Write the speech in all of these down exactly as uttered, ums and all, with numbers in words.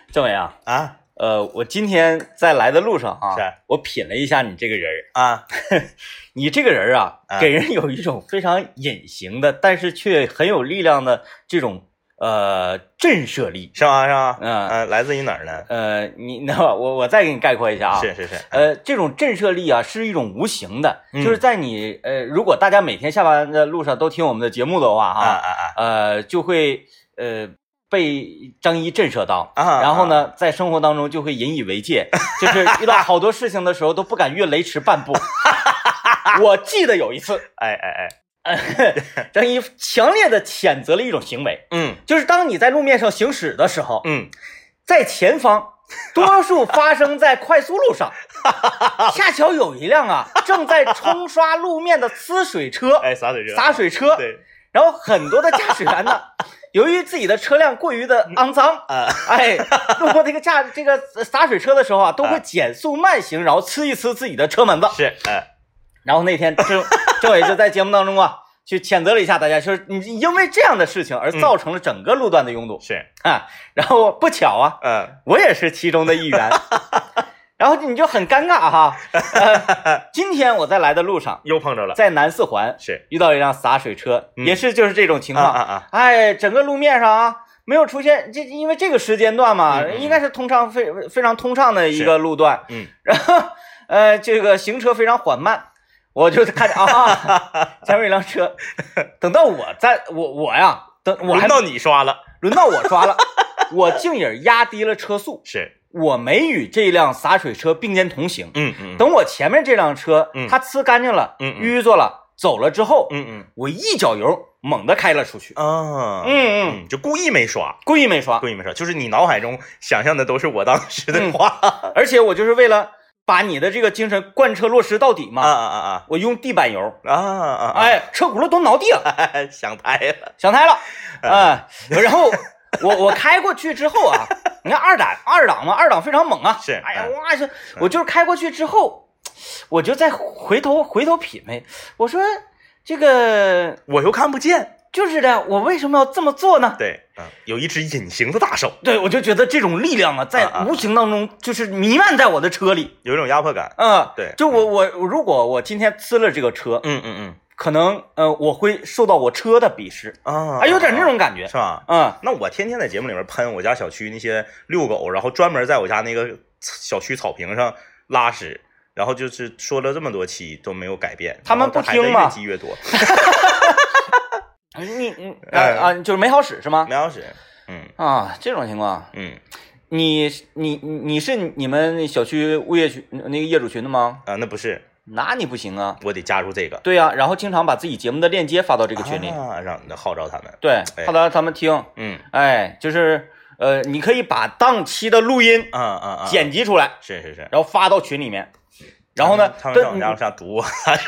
政委啊啊， 呃，我今天在来的路上啊， 是我品了一下你这个人啊， 你这个人啊， 啊给人有一种非常隐形的，但是却很有力量的这种呃震慑力， 是吗？是吗？ 嗯呃，来自于哪儿呢？ 呃，你那我我再给你概括一下啊， 是是是， 呃，这种震慑力啊，是一种无形的， 嗯就是在你呃，如果大家每天下班的路上都听我们的节目的话哈， 啊啊啊呃，就会呃被张一震慑到， 啊然后呢，在生活当中就会引以为戒，就是遇到好多事情的时候都不敢越雷池半步。我记得有一次， 哎哎哎， 张一强烈的谴责了一种行为， 嗯就是当你在路面上行驶的时候， 嗯， 在前方。多数发生在快速路上，恰巧有一辆啊正在冲刷路面的呲水车， 哎，洒水车， 洒水车， 对， 然后很多的驾驶员呢，由于自己的车辆过于的肮脏， 啊， 哎，路过这个驾这个洒水车的时候啊，都会减速慢行，然后呲一呲自己的车门子。 是，哎， 然后那天政政委就在节目当中啊，去谴责了一下大家，说你因为这样的事情而造成了整个路段的拥堵。 是啊，然后不巧啊， 嗯， 我也是其中的一员。然后你就很尴尬哈。呃，今天我在来的路上， 又碰着了， 在南四环是遇到一辆洒水车， 嗯也是就是这种情况。 啊啊啊， 哎，整个路面上啊没有出现这，因为这个时间段嘛， 嗯嗯应该是通畅非非常通畅的一个路段。 嗯， 然后呃，这个行车非常缓慢，我就看着啊，前面有一辆车。等到我在我我呀，等我还轮到你刷了， 轮到我刷了，我竟也压低了车速， 是， 我没与这辆洒水车并肩同行。 嗯嗯， 等我前面这辆车， 嗯它呲干净了， 嗯嗯淤作了，走了之后， 嗯嗯我一脚油猛地开了出去。 啊， 嗯嗯， 嗯，就故意没刷， 故意没刷故，意没刷，就是你脑海中想象的都是我当时的话， 而且我就是为了把你的这个精神贯彻落实到底嘛。 啊啊啊我用地板油， 啊啊啊， 哎，车轱辘都挠地了， 哎，想开了， 想开了，哎，然后我我开过去之后啊，你看二档二档嘛，二档非常猛啊， 是哎呀哇，这我就是开过去之后，我就再回头回头品味，我说这个我又看不见， 就是的，我为什么要这么做呢？ 对，嗯，有一只隐形的大手， 对，我就觉得这种力量啊，在无形当中就是弥漫在我的车里， 有一种压迫感， 嗯， 对， 就我我如果我今天呲了这个车， 嗯嗯嗯， 可能呃我会受到我车的鄙视啊， 啊，有点那种感觉， 是吧？ 嗯， 那我天天在节目里面喷我家小区那些遛狗，然后专门在我家那个小区草坪上拉屎，然后就是说了这么多期都没有改变， 他们不听吗越积越多。 你你啊啊，就是没好使是吗？ 没好使，嗯啊，这种情况， 嗯你你你你是你们小区物业群那个业主群的吗？ 啊，那不是， 那你不行啊。 我得加入这个， 对呀、然后经常把自己节目的链接发到这个群里， 啊，让号召他们， 对， 哎号召他们听。 嗯哎，就是呃，你可以把当期的录音啊啊啊， 剪辑出来， 是是是， 然后发到群里面。然后呢， 他们对往上读我，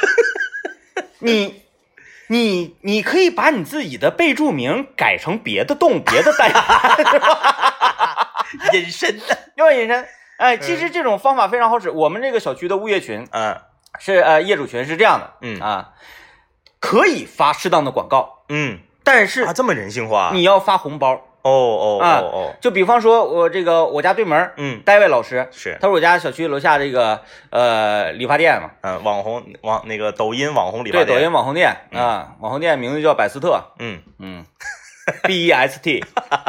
你你你可以把你自己的备注名改成别的动别的单元， 隐身的， 要隐身。哎，其实这种方法非常好使。我们这个小区的物业群嗯是呃业主群是这样的， 嗯啊，可以发适当的广告， 嗯， 但是啊，这么人性化， 你要发红包。 哦哦啊哦哦， 就比方说，我这个我家对门， 嗯， 戴维老师是， 他说我家小区楼下这个呃理发店嘛， 嗯，网红网那个抖音网红理发对， 店， 抖音网红店啊，网红店名字叫百斯特， 嗯嗯 ，B E S T，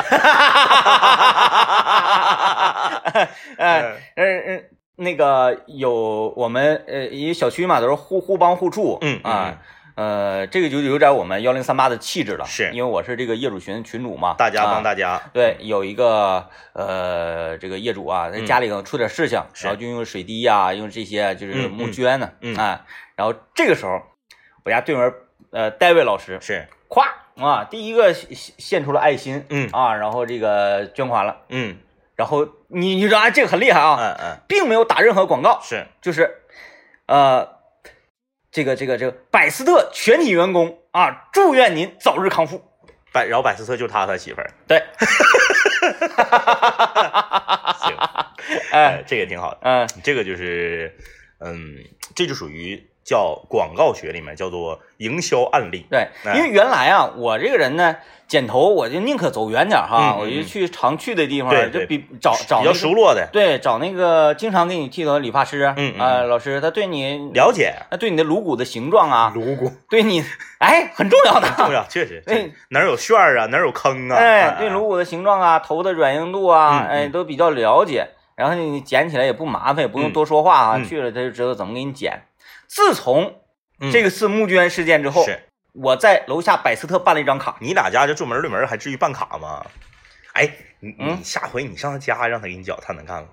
哎，嗯嗯，那个有我们呃一个小区嘛，都是互互帮互助， 嗯啊。呃，这个就有点我们幺零三八的气质了， 是因为我是这个业主群群主嘛， 大家帮啊大家， 对，有一个呃，这个业主啊，在家里可能出点事情， 嗯然后就用水滴呀、用这些就是募捐呢， 嗯嗯嗯啊，然后这个时候，我家对门呃戴维老师是， 咵啊，第一个献献出了爱心， 嗯啊，然后这个捐款了， 嗯然后你你说啊，这个很厉害啊， 嗯嗯， 并没有打任何广告， 是， 就是呃，这个这个这个百斯特全体员工啊，祝愿您早日康复。 百然后百斯特就是他他媳妇儿， 对， 行， 哎， 这个挺好的， 嗯这个就是，嗯，这就属于叫广告学里面叫做营销案例。 对， 哎、 因为原来啊，我这个人呢，剪头我就宁可走远点哈， 嗯嗯、 我就去常去的地方， 对就比找找、那比个、 较熟络的， 对，找那个经常给你剃头的理发师， 嗯啊、呃，老师他对你了解， 他对你的颅骨的形状啊， 颅骨对你，哎，很重要的， 很重要，确实， 对， 哪儿有旋儿啊，哪儿有坑啊， 哎，对颅骨的形状啊，头的软硬度啊， 嗯、 哎，都比较了解。然后你剪起来也不麻烦，也不用多说话啊， 嗯、 去了他就知道怎么给你剪。自从这个次募捐事件之后， 是我在楼下百思特办了一张卡。 你俩家就专门对门，还至于办卡吗？哎，你嗯你下回你上他家让他给你脚，他能干吗？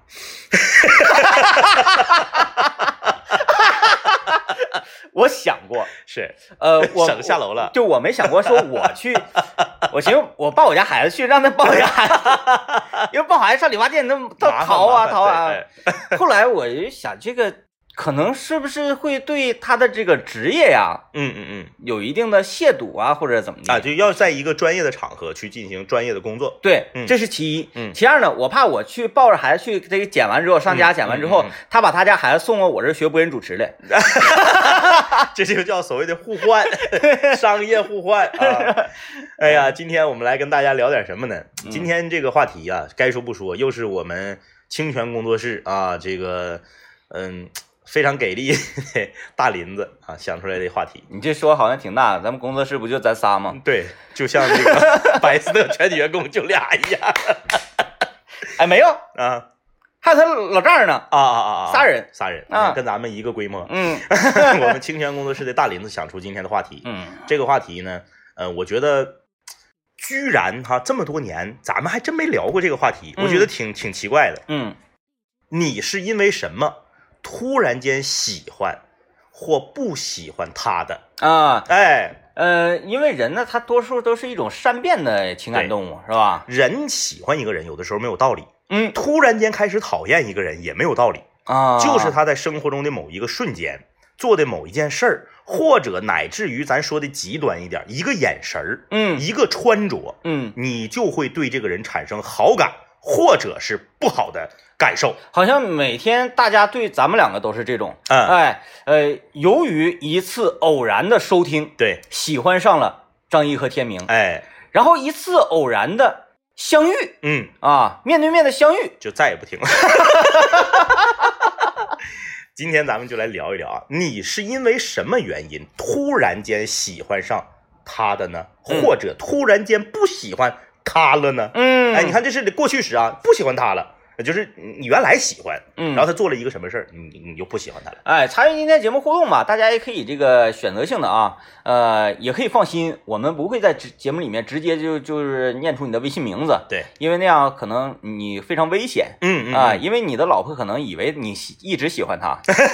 我想过， 是， 呃，我省下楼了。 就我没想过说我去，我寻思我抱我家孩子去，让他抱我家孩子，因为抱孩子上理发店那淘啊淘啊。后来我就想，这个可能是不是会对他的这个职业呀， 嗯嗯嗯， 有一定的亵渎啊，或者怎么的啊？就要在一个专业的场合去进行专业的工作。 对， 嗯、 这是其一。 嗯， 其二呢，我怕我去抱着孩子去，这个剪完之后上家剪完之后， 嗯嗯嗯、 他把他家孩子送过我这学播音主持来， 这就叫所谓的互换，商业互换啊。哎呀，今天我们来跟大家聊点什么呢？ 嗯、 今天这个话题啊，该说不说，又是我们清泉工作室啊，这个嗯。非常给力大林子啊想出来的话题。 你这说好像挺大，咱们工作室不就咱仨吗？ 对，就像这个百思特全体员工就俩一样。 哎，没有啊， 还有他老丈人呢。 啊啊啊啊！ 仨人， 仨人啊， 跟咱们一个规模。 嗯， 我们清泉工作室的大林子想出今天的话题。 嗯， 这个话题呢，呃，我觉得居然哈这么多年咱们还真没聊过这个话题， 嗯、 我觉得挺挺奇怪的。 嗯， 你是因为什么突然间喜欢或不喜欢他的啊？ 哎， 呃，因为人呢，他多数都是一种善变的情感动物，是吧？ 人喜欢一个人，有的时候没有道理。 嗯， 突然间开始讨厌一个人也没有道理啊， 就是他在生活中的某一个瞬间做的某一件事儿，或者乃至于咱说的极端一点，一个眼神儿， 嗯， 一个穿着， 嗯， 你就会对这个人产生好感，或者是不好的感受。 好像每天大家对咱们两个都是这种， 嗯， 哎，呃，由于一次偶然的收听， 对， 喜欢上了张一和天明， 哎， 然后一次偶然的相遇， 嗯啊，面对面的相遇， 就再也不听了。今天咱们就来聊一聊啊，你是因为什么原因突然间喜欢上他的呢？ 嗯、 或者突然间不喜欢他了呢？ 嗯， 哎，你看这是过去时啊，不喜欢他了。就是你原来喜欢， 嗯， 然后他做了一个什么事儿，你你就不喜欢他了。 哎，参与今天节目互动吧，大家也可以这个选择性的啊，呃，也可以放心，我们不会在节目里面直接就就是念出你的微信名字， 对， 因为那样可能你非常危险， 嗯嗯啊，因为你的老婆可能以为你一直喜欢他。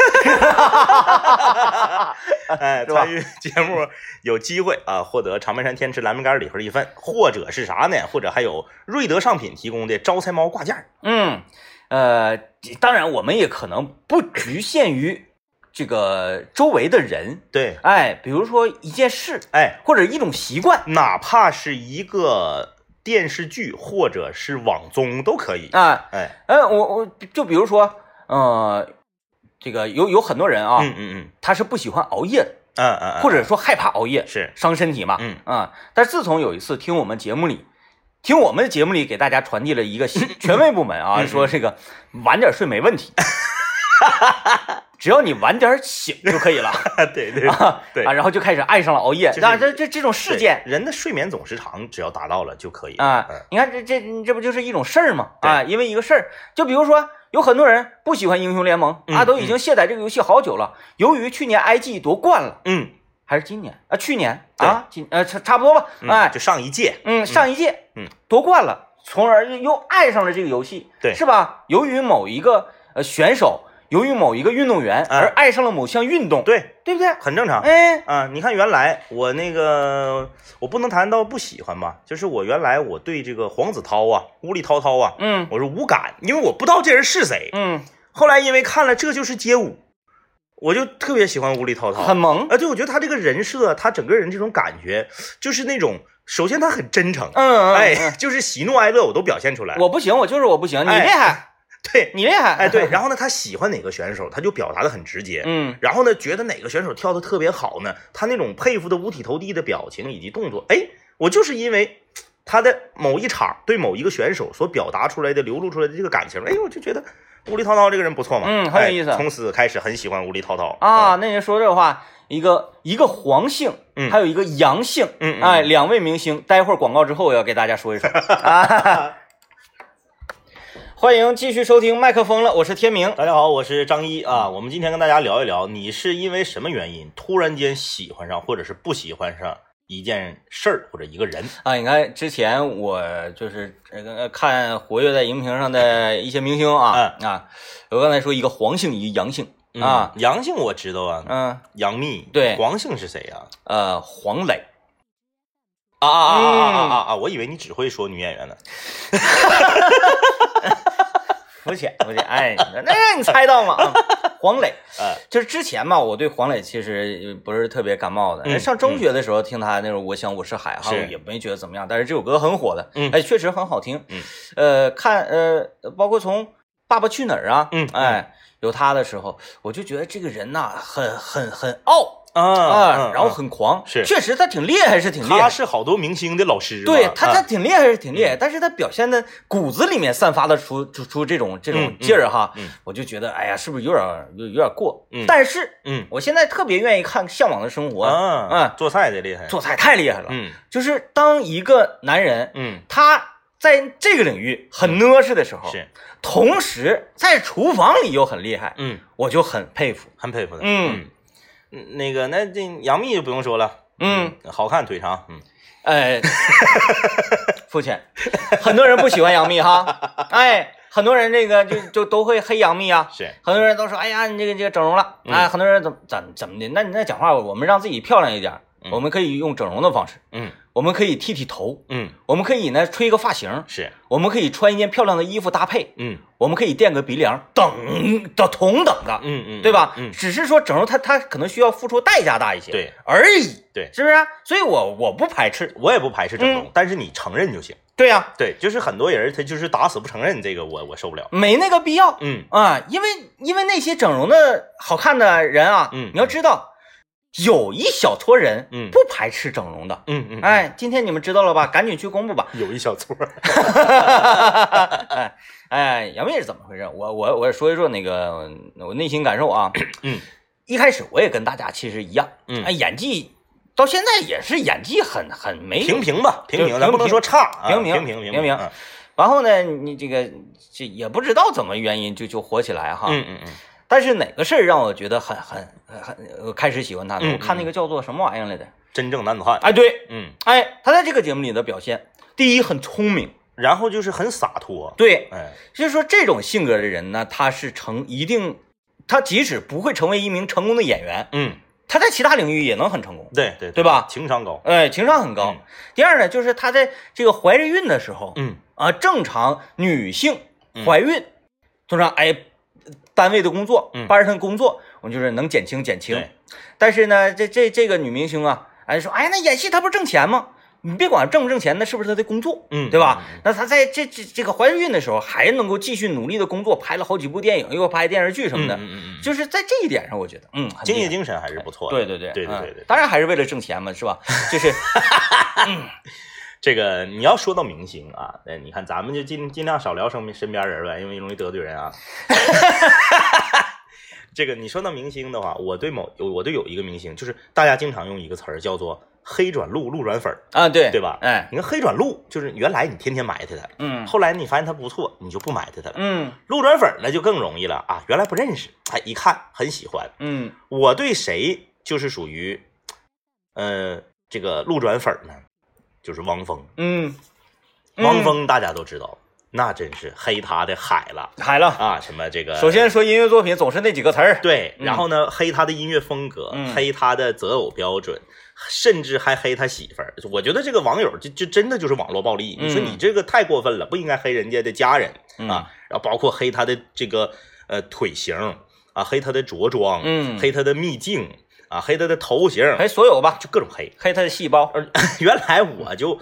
哎，参与节目有机会啊，获得长白山天池蓝莓干礼盒一份，或者是啥呢？或者还有瑞德上品提供的招财猫挂件。 嗯，呃，当然我们也可能不局限于这个周围的人， 对， 哎，比如说一件事， 哎， 或者一种习惯， 哪怕是一个电视剧或者是网综都可以啊， 哎， 呃，我我就比如说，呃。这个有有很多人啊， 嗯嗯嗯， 他是不喜欢熬夜的， 嗯嗯嗯， 或者说害怕熬夜， 是伤身体嘛， 嗯啊、嗯。但自从有一次听我们节目里，听我们的节目里给大家传递了一个权威部门啊， 嗯、 说这个晚点睡没问题，只要你晚点醒就可以了。 对对啊对啊，然后就开始爱上了熬夜。那、 就是、 这这这种事件， 人的睡眠总时长只要达到了就可以啊、 嗯。 你看这这这不就是一种事儿吗？啊，因为一个事儿，就比如说。有很多人不喜欢英雄联盟啊，都已经卸载这个游戏好久了。嗯、由于去年 I G 夺冠了， 嗯， 还是今年啊？去年啊，今呃差差不多吧， 嗯、 哎， 就上一届， 嗯，上一届， 嗯， 夺冠了，从而又爱上了这个游戏， 对， 是吧？由于某一个呃选手，由于某一个运动员而爱上了某项运动， 对， 对不对？ 很正常， 哎， 啊，你看原来我那个，我不能谈到不喜欢吧，就是我原来我对这个黄子韬啊、乌力涛涛啊， 嗯， 我是无感，因为我不知道这人是谁， 嗯。 后来因为看了《这就是街舞》，我就特别喜欢乌力涛涛， 很萌啊！对，我觉得他这个人设，他整个人这种感觉，就是那种，首先他很真诚， 嗯， 哎，就是喜怒哀乐我都表现出来。 我不行，我就是我不行，你厉害。 对你厉害， 哎对，然后呢，他喜欢哪个选手，他就表达的很直接， 嗯， 然后呢，觉得哪个选手跳的特别好呢，他那种佩服的五体投地的表情以及动作，哎，我就是因为他的某一场对某一个选手所表达出来的、流露出来的这个感情，哎，我就觉得无厘滔滔这个人不错嘛， 嗯，很有意思。 哎、从此开始很喜欢无厘滔滔啊。嗯、那您说这话，一个一个黄姓， 嗯， 还有一个杨姓， 嗯， 哎，两位明星，待会儿广告之后我要给大家说一说啊。欢迎继续收听麦克风了，我是天明。 大家好，我是张一啊。我们今天跟大家聊一聊，你是因为什么原因突然间喜欢上或者是不喜欢上一件事儿或者一个人啊？你看之前我就是呃看活跃在荧屏上的一些明星啊、嗯、啊，我刚才说一个黄姓，一个杨姓啊、 嗯。杨姓我知道啊， 嗯， 杨幂。 对， 黄姓是谁呀、啊？ 呃，黄磊。 啊啊啊啊啊啊啊！我以为你只会说女演员呢。 肤浅，肤浅，哎，那让你猜到吗？黄磊， 呃， 就是之前嘛，我对黄磊其实不是特别感冒的。 嗯、 上中学的时候听他那种《我想我是海》哈，也没觉得怎么样，但是这首歌很火的， 嗯， 哎，确实很好听。 嗯， 呃，看呃，包括从《爸爸去哪儿》啊， 嗯， 哎，有他的时候，我就觉得这个人呐，很很很傲。 啊啊，然后很狂， 是确实他挺厉害，是挺厉害。 他是好多明星的老师， 对他他挺厉害是挺厉害，但是他表现的骨子里面散发的出出出这种这种劲儿哈，我就觉得哎呀，是不是有点有有点过？但是， 嗯， 我现在特别愿意看《向往的生活》 啊，做菜的厉害， 做菜太厉害了， 嗯， 就是当一个男人， 嗯， 他在这个领域很讷实的时候， 是， 同时在厨房里又很厉害， 嗯， 我就很佩服， 很佩服的， 嗯。 那个，那这杨幂就不用说了， 嗯， 好看，腿长，嗯， 哎，肤浅，很多人不喜欢杨幂哈，哎，很多人这个就就都会黑杨幂啊， 是， 很多人都说，哎呀，你这个这个整容了，嗯、哎，很多人怎么怎怎么的，那你那讲话，我们让自己漂亮一点， 嗯、 我们可以用整容的方式， 嗯， 我们可以剃剃头， 嗯， 我们可以呢吹个发型， 是， 我们可以穿一件漂亮的衣服搭配， 嗯， 我们可以垫个鼻梁，等的同等的， 嗯嗯， 对吧？ 嗯， 只是说整容它它可能需要付出代价大一些， 对而已， 对， 是不是？所以我我不排斥， 我也不排斥整容， 嗯、 但是你承认就行。 对呀、啊， 对，就是很多人他就是打死不承认这个我，我我受不了， 没那个必要。 嗯啊，因为因为那些整容的好看的人啊， 嗯， 你要知道，有一小撮人， 嗯， 不排斥整容的， 嗯嗯， 哎，今天你们知道了吧？赶紧去公布吧。 有一小撮。 哎哎，杨幂是怎么回事？我我我说一说那个我内心感受啊。 嗯， 一开始我也跟大家其实一样， 嗯， 哎，演技。到现在也是演技很很没平平吧，平平， 咱不能说差， 平平平平平平。然后呢，你这个这也不知道怎么原因就就火起来哈。 嗯嗯嗯。 但是哪个事儿让我觉得很很很开始喜欢他呢？ 嗯嗯我看那个叫做什么玩意儿来的？ 真正男子汉。 哎，对， 嗯， 哎，他在这个节目里的表现，第一很聪明， 然后就是很洒脱。 对， 哎， 就是说这种性格的人呢，他是成一定，他即使不会成为一名成功的演员， 嗯。 他在其他领域也能很成功， 对对对吧？ 情商高， 哎，情商很高。 嗯、 第二呢，就是他在这个怀着孕的时候， 嗯啊，正常女性怀孕，嗯、通常哎，单位的工作， 嗯、 班上的工作，我们就是能减轻减轻。但是呢，这这这个女明星啊，哎说，哎，那演戏她不是挣钱吗？你别管挣不挣钱，那是不是她的工作？ 嗯， 对吧？ 嗯、 那她在这这这个怀孕的时候，还能够继续努力的工作，拍了好几部电影，又拍电视剧什么的。 嗯嗯嗯， 就是在这一点上，我觉得，嗯， 敬业精神还是不错的。 对对对对对对对， 当然还是为了挣钱嘛，是吧？就是，嗯， 这个你要说到明星啊，那你看咱们就尽尽量少聊身身边人呗，因为容易得罪人啊。这个你说到明星的话，我对某我对有一个明星，就是大家经常用一个词儿叫做黑转路，路转粉啊，对对吧？ 哎， 你看黑转路，就是原来你天天埋汰他， 嗯， 后来你发现他不错，你就不埋汰他了， 嗯， 路转粉那就更容易了啊，原来不认识，哎，一看很喜欢， 嗯， 我对谁就是属于，呃，这个路转粉呢，就是汪峰， 嗯， 汪峰大家都知道。那真是黑他的海了， 海了啊！什么这个？ 首先说音乐作品总是那几个词儿， 对。 嗯、 然后呢，黑他的音乐风格， 嗯、 黑他的择偶标准，甚至还黑他媳妇儿。我觉得这个网友就就真的就是网络暴力。 嗯、 你说你这个太过分了，不应该黑人家的家人、 嗯、 啊。然后包括黑他的这个呃腿型啊，黑他的着装， 嗯， 黑他的秘境啊，黑他的头型， 黑所有吧， 就各种黑， 黑他的细胞。 原来我就。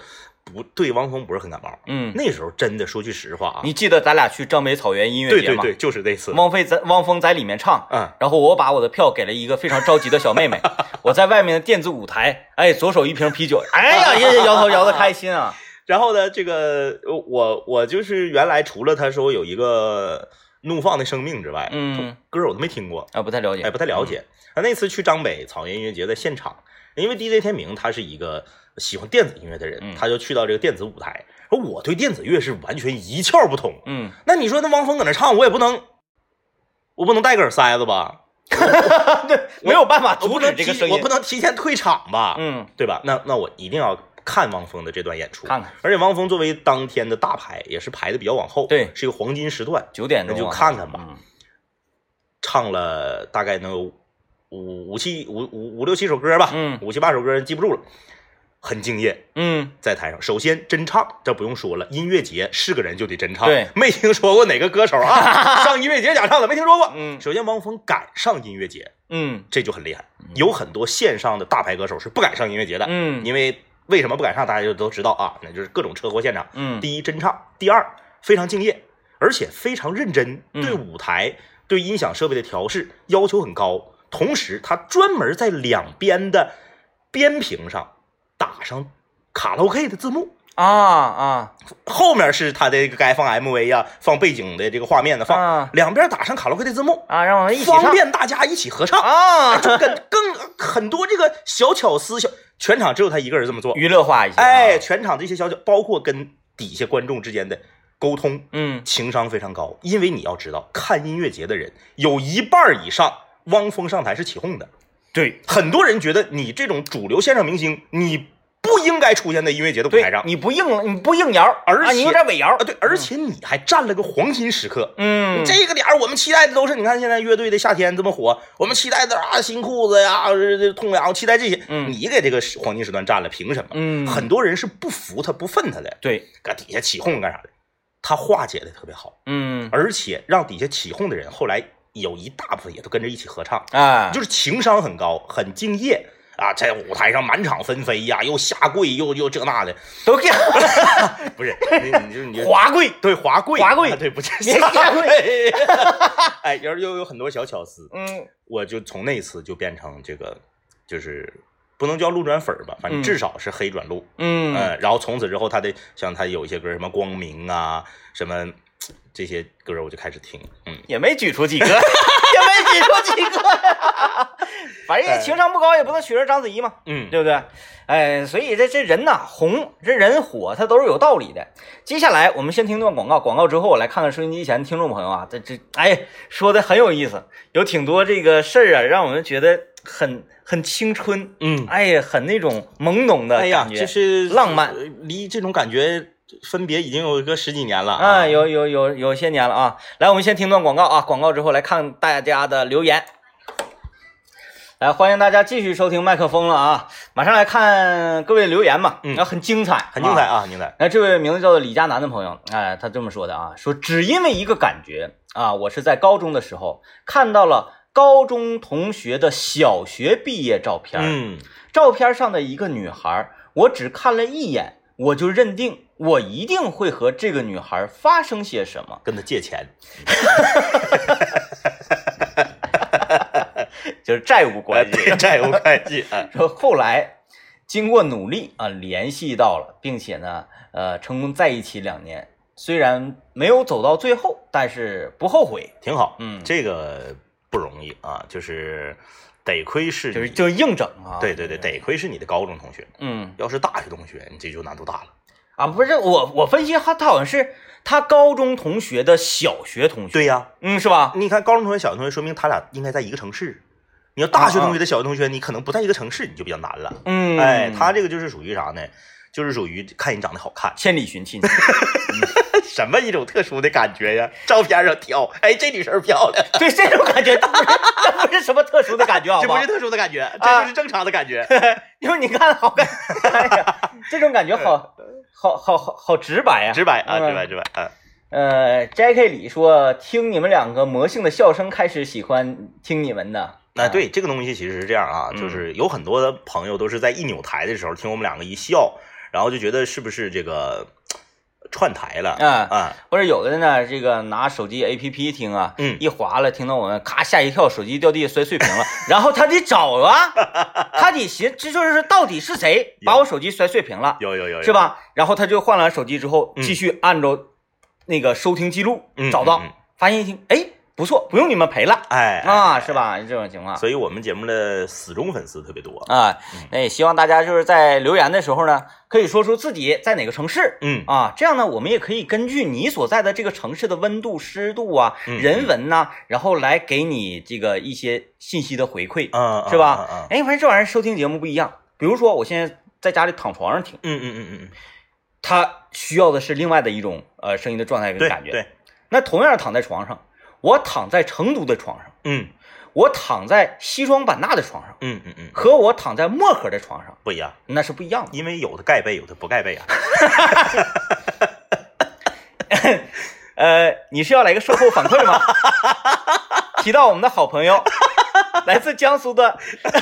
不对汪峰不是很感冒。 嗯， 那时候真的说句实话啊， 你记得咱俩去张北草原音乐节吗？ 对对对，就是那次。 汪峰在汪峰在里面唱， 嗯， 然后我把我的票给了一个非常着急的小妹妹，我在外面的电子舞台，哎，左手一瓶啤酒，哎呀，也摇头摇的开心啊。 然后呢，这个我我就是原来除了他说有一个怒放的生命之外， 嗯， 歌我都没听过啊，不太了解， 哎，不太了解。他、嗯、那次去张北草原音乐节的现场，因为 D J 天明他是一个喜欢电子音乐的人， 嗯、 他就去到这个电子舞台。而我对电子乐是完全一窍不通。 嗯， 那你说那汪峰搁那唱，我也不能，我不能戴个耳塞子吧？ 对，没有办法阻止这个声音， 我不能提前退场吧？ 嗯， 对吧？那那我一定要看汪峰的这段演出， 看看。而且汪峰作为当天的大牌，也是排的比较往后， 对， 是一个黄金时段， 九点钟， 那就看看吧。 嗯、 唱了大概能有五五七五五五六七首歌吧， 嗯， 五七八首歌记不住了，很敬业。 嗯， 在台上，首先真唱，这不用说了，音乐节是个人就得真唱， 对， 没听说过哪个歌手啊上音乐节假唱的，没听说过。 嗯， 首先汪峰敢上音乐节， 嗯， 这就很厉害。有很多线上的大牌歌手是不敢上音乐节的， 嗯， 因为为什么不敢上，大家就都知道啊，那就是各种车祸现场。 嗯， 第一真唱，第二非常敬业，而且非常认真， 嗯、 对舞台、对音响设备的调试要求很高。同时，他专门在两边的边屏上打上卡拉 OK 的字幕啊啊， 后面是他的该放 M V 啊，放背景的这个画面的放， 啊、 两边打上卡拉 OK 的字幕啊，让我们一起唱， 方便大家一起合唱啊， 就跟更很多这个小巧思，小全场只有他一个人这么做， 娱乐化一些， 哎，全场这些小巧，包括跟底下观众之间的沟通， 嗯， 情商非常高，因为你要知道，看音乐节的人有一半以上，汪峰上台是起哄的。 对， 很多人觉得你这种主流线上明星，你不应该出现在音乐节的舞台上， 你不硬，你不硬摇， 而且、 啊、你有点伪摇啊，对，而且你还占了个黄金时刻。 嗯， 这个点儿我们期待的都是，你看现在乐队的夏天这么火，我们期待的啊新裤子呀、痛痒，期待这些， 嗯， 你给这个黄金时段占了，凭什么？ 嗯， 很多人是不服他、不忿他的， 对， 搁底下起哄干啥的？他化解的特别好， 嗯， 而且让底下起哄的人后来有一大部分也都跟着一起合唱， 啊， 就是情商很高，很敬业。啊，在舞台上满场纷飞呀，又下跪又又这那的， 都给不是你你就你滑跪， 对滑跪滑跪， 啊、对不是下跪， 哎，又又有很多小巧思， 嗯， 我就从那次就变成这个，就是不能叫路转粉吧，反正至少是黑转路， 嗯呃，然后从此之后，他的像他有一些歌，什么光明啊，什么这些歌，我就开始听，嗯， 也没举出几个，也没举出几个呀。反正也情商不高，也不能取人章子怡嘛， 嗯， 对不对？哎，所以这这人呐，红，这人火，他都是有道理的。接下来我们先听段广告，广告之后我来看看收音机前的听众朋友啊，这这哎说的很有意思，有挺多这个事儿啊，让我们觉得很很青春， 嗯， 哎呀，很那种懵懂的感觉， 哎呀，就是浪漫， 离这种感觉分别已经有个十几年了啊，有有有有些年了啊。来，我们先听段广告啊，广告之后来看大家的留言。来，欢迎大家继续收听麦克风了啊！马上来看各位留言嘛， 嗯， 很精彩， 很精彩啊，精彩。 那这位名字叫做李佳楠的朋友，哎，他这么说的啊，说只因为一个感觉啊，我是在高中的时候看到了高中同学的小学毕业照片， 嗯， 照片上的一个女孩，我只看了一眼，我就认定我一定会和这个女孩发生些什么， 跟她借钱。 就是债务关系， 债务关系啊。 说后来经过努力啊，联系到了，并且呢，呃，成功在一起两年。虽然没有走到最后，但是不后悔， 挺好。 嗯， 这个不容易啊，就是得亏是， 就是就硬整啊。 对对对，得亏是你的高中同学。 嗯， 要是大学同学，你这就难度大了啊。不是我，我分析他，他好像是他高中同学的小学同学。 对呀， 嗯，是吧？ 你看高中同学、小学同学，说明他俩应该在一个城市。你要大学同学的小学同学，你可能不在一个城市，你就比较难了。 嗯， 哎，他这个就是属于啥呢？就是属于看你长得好看， 千里寻亲， 什么一种特殊的感觉呀？照片上挑，哎，这女生漂亮， 对这种感觉，这不是这不是什么特殊的感觉，好吧？ 这不是特殊的感觉，这就是正常的感觉。 啊、因为你看好看，哎呀，这种感觉好好好好好直白呀、啊， 直白啊，直白直白啊。 呃 ，J K 李说，听你们两个魔性的笑声，开始喜欢听你们的。 那、啊、对这个东西其实是这样啊，就是有很多的朋友都是在一扭台的时候听我们两个一笑， 然后就觉得是不是这个串台了啊啊？ 或者有的呢，这个拿手机 A P P 听啊， 嗯， 一划了，听到我们咔吓一跳，手机掉地摔碎屏了，然后他得找啊，他得寻，这就是到底是谁把我手机摔碎屏了， 有有有， 是吧？然后他就换了手机之后，继续按照那个收听记录找到，发现一听，哎。不错，不用你们赔了， 哎啊，是吧？这种情况， 所以我们节目的死忠粉丝特别多啊。那也希望大家就是在留言的时候呢，可以说出自己在哪个城市， 嗯啊，这样呢，我们也可以根据你所在的这个城市的温度、湿度啊、 嗯、 人文呐、啊，然后来给你这个一些信息的回馈， 嗯， 是吧？ 嗯， 哎，发现这玩意儿收听节目不一样。比如说，我现在在家里躺床上听， 嗯嗯嗯嗯， 他需要的是另外的一种呃声音的状态跟感觉。 对， 那同样躺在床上。我躺在成都的床上， 嗯， 我躺在西双版纳的床上， 嗯嗯嗯， 和我躺在漠河的床上不一样， 那是不一样的， 因为有的盖被，有的不盖被啊。 呃，你是要来个售后反馈吗？提到我们的好朋友，来自江苏的，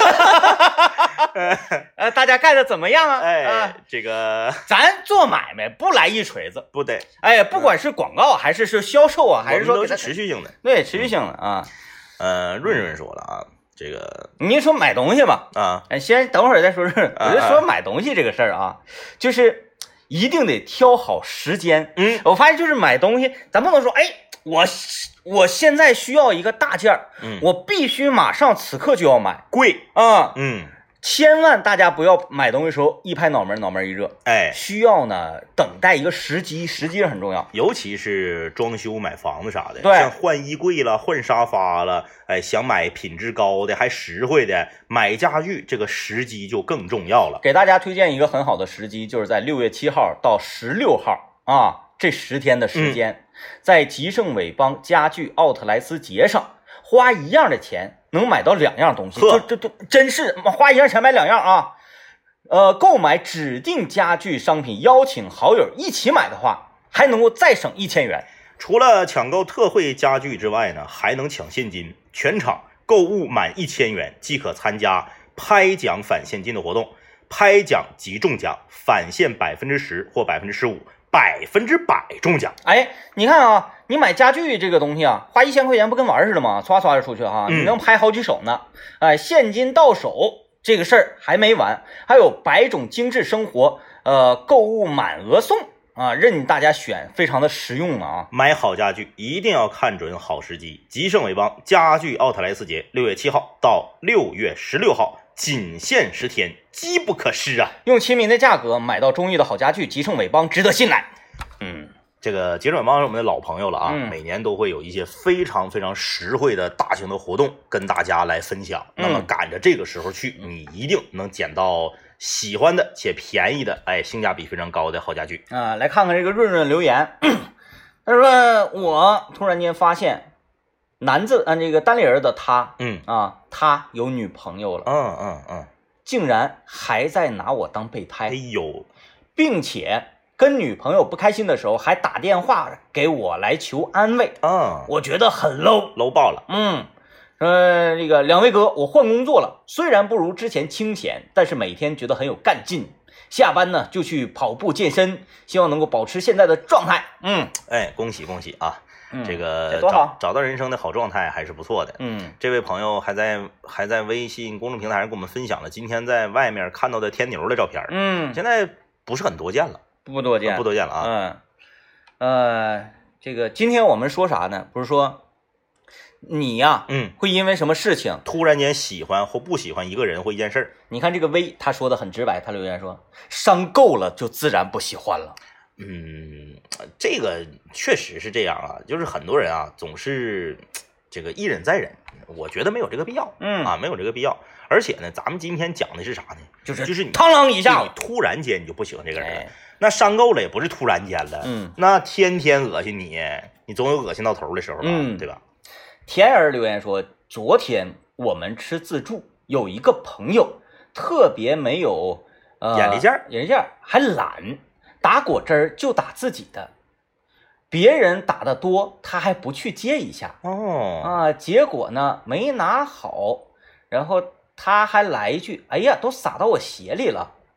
呃，大家盖的怎么样啊？ 哎， 啊、 这个咱做买卖不来一锤子， 不得。 哎，不管是广告还是是销售啊，还是说都是持续性的， 对，持续性的啊。 呃，润润说了啊，这个你说买东西吧， 啊， 哎，先等会儿再说润润，我就说买东西这个事儿啊，就是一定得挑好时间。 嗯， 我发现就是买东西，咱不能说，哎，我我现在需要一个大件儿， 嗯， 我必须马上此刻就要买， 贵啊， 嗯。 千万大家不要买东西的时候一拍脑门脑门一热， 哎， 需要呢等待一个时机，时机很重要， 尤其是装修买房子啥的， 对， 像换衣柜了、换沙发了，哎，想买品质高的还实惠的，买家具这个时机就更重要了。 给大家推荐一个很好的时机，就是在六月七号到十六号啊这十天的时间，嗯、在吉盛伟邦家具奥特莱斯节上花一样的钱。能买到两样东西，就就就真是花一样钱买两样啊！呃，购买指定家具商品，邀请好友一起买的话，还能够再省一千元。 除了抢购特惠家具之外呢，还能抢现金，全场购物满一千元即可参加拍奖返现金的活动，拍奖即中奖，返现百分之十或百分之十五。百分之百中奖！ 哎，你看啊，你买家具这个东西啊，花一千块钱不跟玩似的吗？刷刷就出去啊， 嗯、 你能拍好几手呢。哎，现金到手这个事儿还没完，还有百种精致生活，呃，购物满额送啊，任大家选，非常的实用啊。 买好家具一定要看准好时机，吉盛伟邦家具奥特莱斯节，六月七号到六月十六号。仅限十天，机不可失啊！ 用亲民的价格买到中意的好家具，吉盛伟邦值得信赖。嗯， 这个吉盛伟邦是我们的老朋友了啊， 嗯、 每年都会有一些非常非常实惠的大型的活动跟大家来分享。 嗯、 那么赶着这个时候去，你一定能捡到喜欢的且便宜的，哎，性价比非常高的好家具啊！来看看这个润润留言，他说我突然间发现。男字按这个单立人的他， 嗯啊，他有女朋友了， 嗯嗯嗯， 竟然还在拿我当备胎， 哎呦， 并且跟女朋友不开心的时候还打电话给我来求安慰， 嗯， 我觉得很 low low 爆了， 嗯，呃，这个两位哥，我换工作了，虽然不如之前清闲，但是每天觉得很有干劲，下班呢就去跑步健身，希望能够保持现在的状态，嗯， 哎，恭喜恭喜啊！ 嗯、 这个多好， 找到人生的好状态还是不错的。 嗯， 这位朋友还在还在微信公众平台上跟我们分享了今天在外面看到的天牛的照片。 嗯， 现在不是很多见了， 不多见， 不多见了啊。 嗯，呃，这个今天我们说啥呢？不是说你呀、啊， 嗯， 会因为什么事情突然间喜欢或不喜欢一个人或一件事儿？ 你看这个微，他说的很直白，他留言说，伤够了就自然不喜欢了。 嗯，这个确实是这样啊，就是很多人啊总是这个一忍再忍，我觉得没有这个必要， 嗯啊，没有这个必要。而且呢，咱们今天讲的是啥呢？ 就是就是你嘡啷一下， 你突然间你就不喜欢这个人了， 哎、 那伤够了也不是突然间了， 嗯， 那天天恶心你，你总有恶心到头的时候吧， 嗯， 对吧？ 田儿留言说，昨天我们吃自助，有一个朋友特别没有呃眼力见儿， 眼力见儿，还懒。打果汁儿就打自己的，别人打的多，他还不去接一下哦啊，结果呢没拿好，然后他还来一句：“哎呀，都洒到我鞋里了。”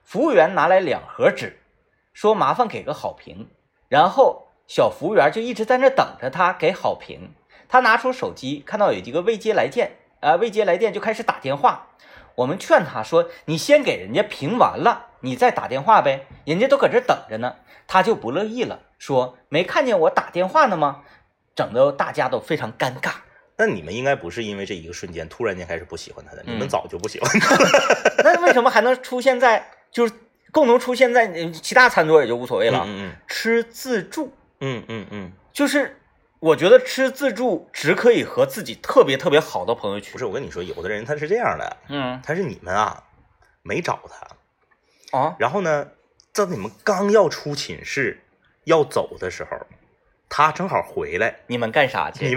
服务员拿来两盒纸，说麻烦给个好评，然后小服务员就一直在那等着他给好评。他拿出手机，看到有一个未接来电，呃，未接来电就开始打电话。我们劝他说：“你先给人家评完了，你再打电话呗，人家都搁这等着呢。”他就不乐意了，说：“没看见我打电话呢吗？”整得大家都非常尴尬。 那你们应该不是因为这一个瞬间突然间开始不喜欢他的，你们早就不喜欢他了。嗯、那为什么还能出现在就是共同出现在其他餐桌也就无所谓了？ 嗯嗯， 吃自助， 嗯嗯嗯， 就是我觉得吃自助只可以和自己特别特别好的朋友去。 不是，我跟你说，有的人他是这样的， 嗯， 他是你们啊没找他啊， 然后呢，在你们刚要出寝室要走的时候，他正好回来， 你们干啥去？ 你们。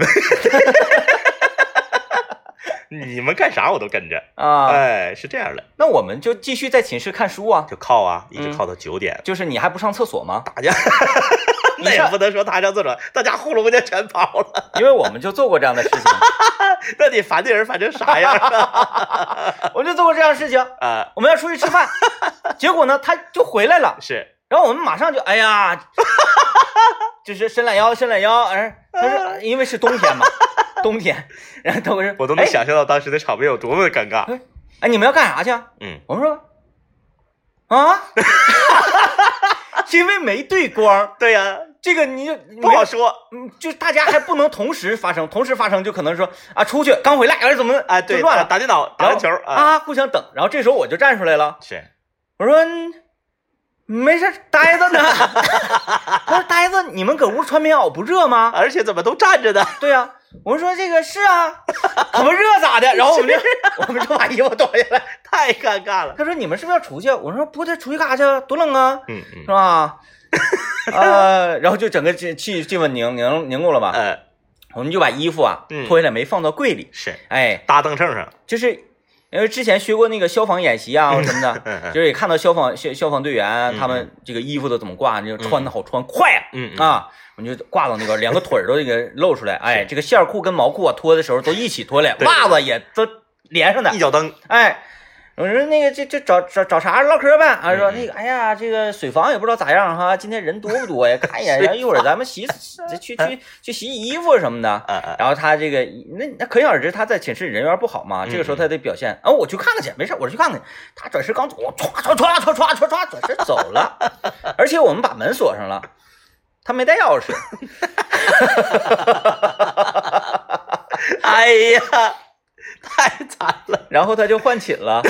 你们干啥我都跟着啊！ 哎，是这样的。 那我们就继续在寝室看书啊， 就靠啊，一直靠到九点。 嗯、就是你还不上厕所吗？ 大家那也不能说他上厕所，大家呼噜就全跑了。 因为我们就做过这样的事情。 那你烦的人烦成啥样啊？ 我们就做过这样的事情啊、呃，我们要出去吃饭，结果呢他就回来了， 是， 然后我们马上就哎呀，就是伸懒腰伸懒腰，哎，他说因为是冬天嘛。冬天，然后都是我都能想象到当时的场面有多么的尴尬。 哎，哎你们要干啥去？ 嗯， 我们说啊，因为没对光。 对呀、啊， 这个你不好说， 嗯，就大家还不能同时发生，同时发生就可能说啊，出去刚回来，哎怎么哎对， 就乱了， 打电脑打篮球啊，啊，互相等，然后这时候我就站出来了， 是， 我说。没事，呆着呢。我说呆着，你们搁屋穿棉袄不热吗？ 而且怎么都站着呢？ 对呀、啊，我们说这个是啊，可不热咋的？然后我们就我们就把衣服脱下来， 太尴尬了。 他说你们是不是要出去？我说不对，出去干啥去？多冷啊， 嗯嗯， 是吧？呃，然后就整个气气气氛凝凝凝固了吧？ 呃， 我们就把衣服啊脱下来，没放到柜里， 是， 哎， 搭凳秤上， 就是。因为之前学过那个消防演习啊什么的， 嗯嗯、 就是也看到消防消消防队员、 嗯、 他们这个衣服都怎么挂，就穿的好穿快啊， 嗯啊，我们就挂到那个两个腿都这个露出来，哎，这个线裤跟毛裤啊脱的时候都一起脱来，袜子也都连上的， 一脚蹬， 哎。我说那个这这找找找啥唠嗑呗啊？说那个哎呀，这个水房也不知道咋样哈，今天人多不多呀？看一眼，然后一会儿咱们洗去去去洗衣服什么的。然后他这个那那可想而知他在寝室人缘不好嘛。这个时候他得表现啊，我去看看去，没事，我去看看。他转身刚走，我唰唰唰唰唰唰唰转身走了，而且我们把门锁上了，他没带钥匙。 哎呀！太惨了， 然后他就换寝了。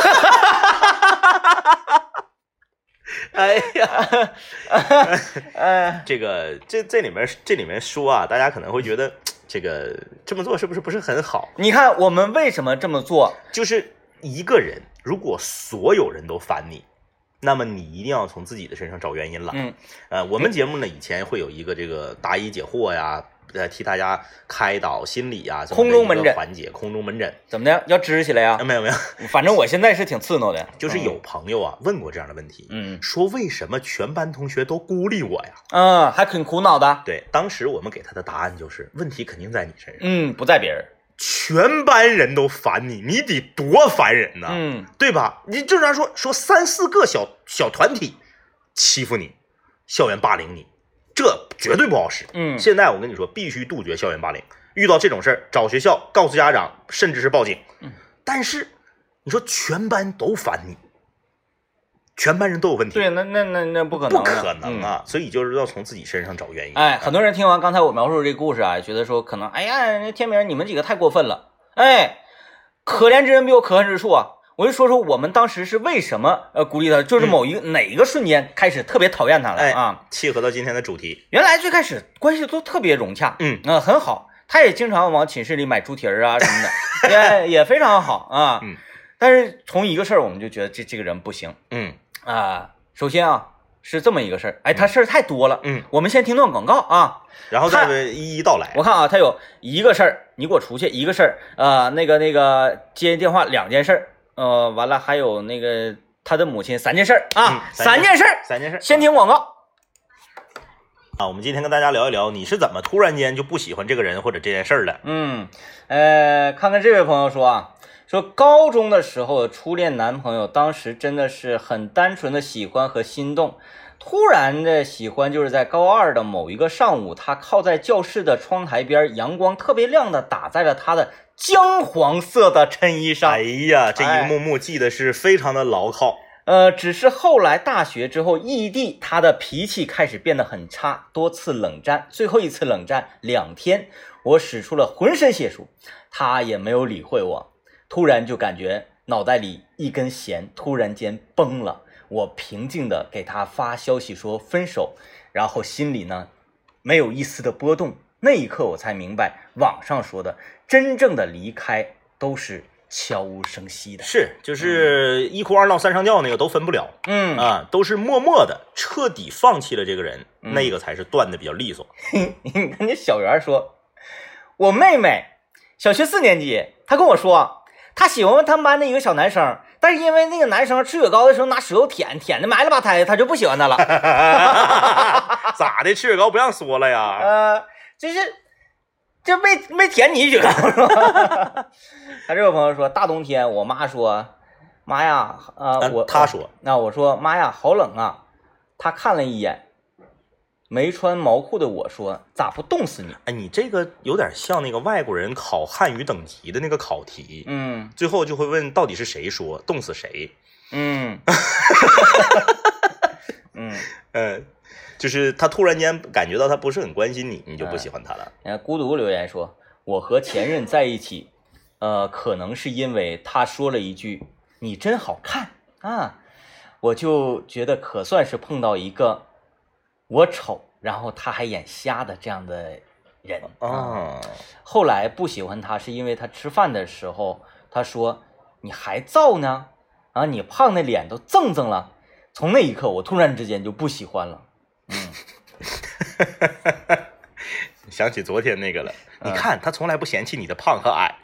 哎呀，呃，这个这这里面这里面说啊，大家可能会觉得这个这么做是不是不是很好？ 你看我们为什么这么做？ 就是一个人，如果所有人都烦你，那么你一定要从自己的身上找原因了。 嗯， 呃，我们节目呢以前会有一个这个答疑解惑呀。呃，替大家开导心理啊， 空中门诊环节，空中门诊怎么的？要支起来呀、 啊？没有没有， 反正我现在是挺刺挠的。 就是有朋友啊、嗯、问过这样的问题， 嗯， 说为什么全班同学都孤立我呀？ 嗯，还挺苦恼的。 对，当时我们给他的答案就是问题肯定在你身上， 嗯，不在别人。 全班人都烦你，你得多烦人呢， 嗯， 对吧？你正常说说三四个小小团体欺负你，校园霸凌你。这绝对不好使。 嗯， 现在我跟你说，必须杜绝校园霸凌。遇到这种事儿，找学校告诉家长，甚至是报警。 嗯， 但是你说全班都烦你，全班人都有问题。 对，那那那那不可能， 不可能啊！嗯、所以就是要从自己身上找原因。 哎，很多人听完刚才我描述这个故事啊，觉得说可能，哎呀，天明你们几个太过分了。哎，可怜之人必有可恨之处啊。我就说说我们当时是为什么呃鼓励他，就是某一个、嗯、哪一个瞬间开始特别讨厌他了、 哎、 啊， 契合到今天的主题。 原来最开始关系都特别融洽， 嗯啊、呃、很好，他也经常往寝室里买猪蹄儿啊什么的，也也非常好啊。 嗯， 但是从一个事儿我们就觉得这这个人不行。 嗯啊、呃，首先啊是这么一个事儿，哎，他事儿太多了。 嗯， 我们先听段广告啊， 然后再一一道来。 我看啊，他有一个事儿，你给我出去一个事儿，呃，那个那个接电话两件事儿。呃，完了，还有那个他的母亲三件事啊、 嗯， 三件事， 三件事。 先听广告。 啊，我们今天跟大家聊一聊，你是怎么突然间就不喜欢这个人或者这件事儿的？ 嗯，呃，看看这位朋友说啊，说高中的时候初恋男朋友，当时真的是很单纯的喜欢和心动，突然的喜欢就是在高二的某一个上午，他靠在教室的窗台边，阳光特别亮的打在了他的姜黄色的衬衣上。 哎呀，这一幕幕记得是非常的牢靠。 呃，只是后来大学之后异地，他的脾气开始变得很差，多次冷战，最后一次冷战两天，我使出了浑身解数，他也没有理会我，突然就感觉脑袋里一根弦突然间崩了，我平静的给他发消息说分手，然后心里呢没有一丝的波动，那一刻我才明白网上说的真正的离开都是悄无声息的， 是，就是一哭二闹三上吊那个都分不了， 嗯啊，都是默默的彻底放弃了这个人， 嗯、 那个才是断的比较利索。 你看，这小圆说，我妹妹小学四年级，她跟我说，她喜欢他们班的一个小男生，但是因为那个男生吃雪糕的时候拿舌头舔，舔的埋了吧胎，她就不喜欢他了。 咋的？吃雪糕不让说了呀？ 呃，就是这没没舔你雪糕是吧？他这位朋友说，大冬天，我妈说，妈呀，呃，我他说， 那我说妈呀，好冷啊。他看了一眼没穿毛裤的我说，咋不冻死你？ 哎，你这个有点像那个外国人考汉语等级的那个考题， 嗯， 最后就会问到底是谁说冻死谁？ 嗯，嗯嗯，就是他突然间感觉到他不是很关心你，你就不喜欢他了。 嗯，孤独留言说，我和前任在一起，呃，可能是因为他说了一句“你真好看”啊，我就觉得可算是碰到一个我丑，然后他还眼瞎的这样的人啊。 哦、 后来不喜欢他是因为他吃饭的时候他说你还燥呢，啊，你胖的脸都锃锃了。从那一刻我突然之间就不喜欢了。嗯， 想起昨天那个了，你看他从来不嫌弃你的胖和矮。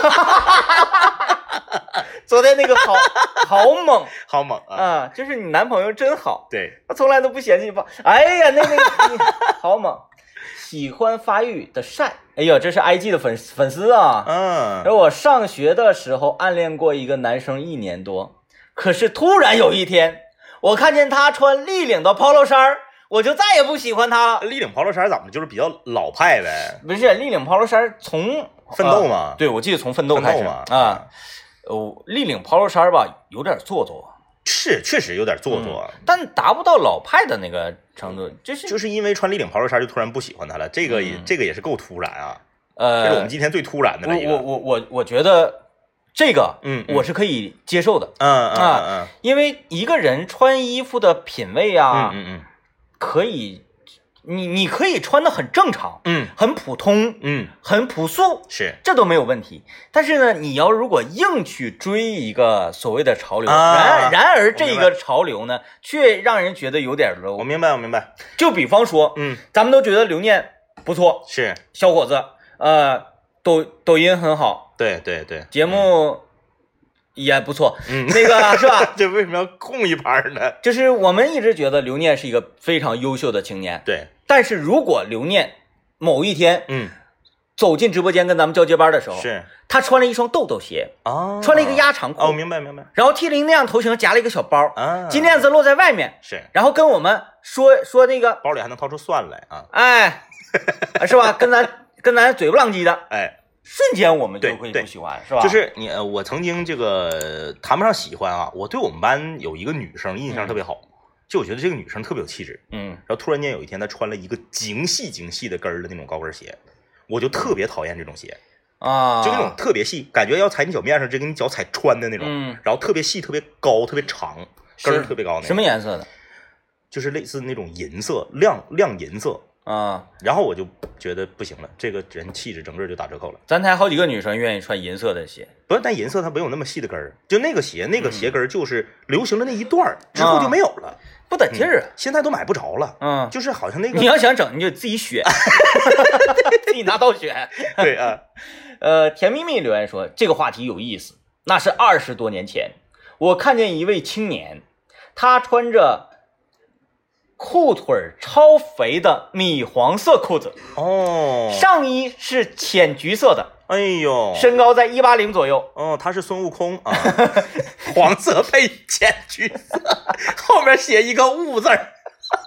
昨天那个好好猛， 好猛啊！ 啊，就是你男朋友真好， 对， 他从来都不嫌弃你胖。哎呀，那那个好猛，喜欢发育的晒。哎呦，这是 I G 的粉粉丝啊。 嗯， 而我上学的时候暗恋过一个男生一年多，可是突然有一天，我看见他穿立领的 polo 衫，我就再也不喜欢他了。 立领 polo 衫怎么就是比较老派呗？ 不是立领 polo 衫从奋斗嘛、 呃？对，我记得从奋斗开始嘛啊。哦，立领 polo 衫吧，有点做作， 是确实有点做作、 嗯，但达不到老派的那个程度，就是就是因为穿立领 polo 衫就突然不喜欢他了，这个也、嗯、这个也是够突然啊。 呃， 这是我们今天最突然的了一个。 我我我我觉得这个， 嗯， 我是可以接受的， 嗯嗯啊嗯， 因为一个人穿衣服的品味啊， 嗯嗯嗯， 可以。你你可以穿的很正常， 嗯， 很普通， 嗯， 很朴素， 是， 这都没有问题。但是呢，你要如果硬去追一个所谓的潮流， 啊、 然然而这个潮流呢，却让人觉得有点 low。 我明白，我明白。 就比方说， 嗯， 咱们都觉得刘念不错， 是小伙子，呃，抖抖音很好， 对对对， 节目也不错， 嗯， 那个是吧？ 这为什么要空一盘呢？ 就是我们一直觉得刘念是一个非常优秀的青年， 对。 但是如果刘念某一天， 嗯， 走进直播间跟咱们交接班的时候， 是他穿了一双豆豆鞋啊， 穿了一个鸭长裤， 哦，明白明白， 然后剃了一个那样头型，夹了一个小包啊， 金链子落在外面， 是， 然后跟我们说说那个包里还能掏出蒜来啊， 哎，是吧？跟咱跟咱嘴不浪叽的， 哎。 瞬间我们就会不喜欢，是吧？ 就是你，我曾经这个谈不上喜欢啊，我对我们班有一个女生印象特别好，嗯、就我觉得这个女生特别有气质， 嗯。 然后突然间有一天，她穿了一个精细精细的跟儿的那种高跟鞋，我就特别讨厌这种鞋啊， 就那种特别细，感觉要踩你脚面上，就给你脚踩穿的那种， 嗯。 然后特别细、特别高、特别长，跟儿特别高那种。 什么颜色的？ 就是类似那种银色，亮亮银色。 啊， 然后我就觉得不行了，这个人气质整个就打折扣了。 咱台好几个女生愿意穿银色的鞋， 不是，但银色它没有那么细的跟儿，就那个鞋，那个鞋跟儿就是流行的那一段之后就没有了， 嗯、不得劲儿啊、 嗯！现在都买不着了， 嗯， 就是好像那个你要想整，你就自己选，自己拿刀选。 对啊， 呃，甜蜜蜜留言说这个话题有意思，那是二十多年前，我看见一位青年，他穿着裤腿超肥的米黄色裤子， 哦， 上衣是浅橘色的， 哎呦， 身高在一八零左右。 哦，他是孙悟空啊，黄色配浅橘色，后面写一个悟字儿，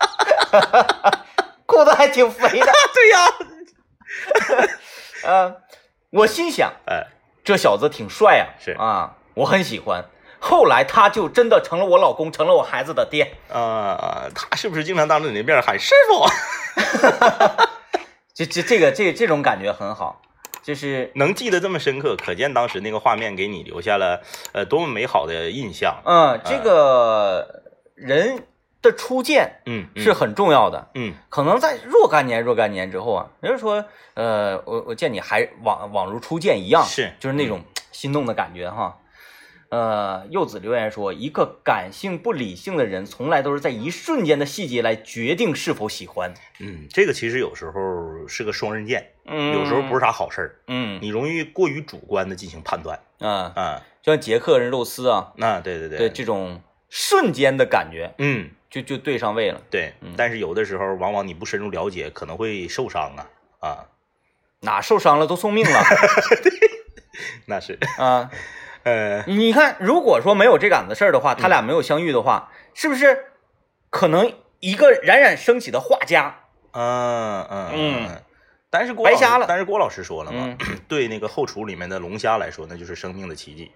裤子还挺肥的。 对呀， 呃，我心想， 哎， 这小子挺帅啊， 是啊，我很喜欢。后来他就真的成了我老公，成了我孩子的爹。 呃，他是不是经常当着你的面喊师傅？ 这这这个这这种感觉很好，就是能记得这么深刻，可见当时那个画面给你留下了呃多么美好的印象。 嗯，这个人的初见， 嗯， 是很重要的。 嗯， 可能在若干年若干年之后啊，人家说，呃，我我见你还宛宛如初见一样， 是， 就是那种心动的感觉哈。呃，柚子留言说，一个感性不理性的人，从来都是在一瞬间的细节来决定是否喜欢。 嗯，这个其实有时候是个双刃剑， 嗯， 有时候不是啥好事儿。 嗯， 你容易过于主观的进行判断。 啊啊， 就像捷克人肉丝啊， 那对对对， 对这种瞬间的感觉， 嗯， 就就对上位了。 对， 嗯， 但是有的时候往往你不深入了解，可能会受伤啊啊， 哪受伤了都送命了。 那是啊。 呃， 你看，如果说没有这杆子事儿的话，他俩没有相遇的话，嗯、是不是可能一个冉冉升起的画家？ 嗯嗯嗯， 但是郭白瞎了。 但是郭老师说了嘛， 嗯、 对那个后厨里面的龙虾来说，那就是生命的奇迹。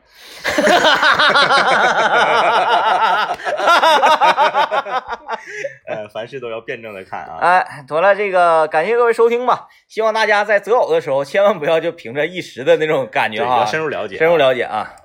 呃，凡事都要辩证的看啊。 哎，得了，这个感谢各位收听吧。希望大家在择偶的时候，千万不要就凭着一时的那种感觉啊， 要深入了解、啊， 深入了解啊。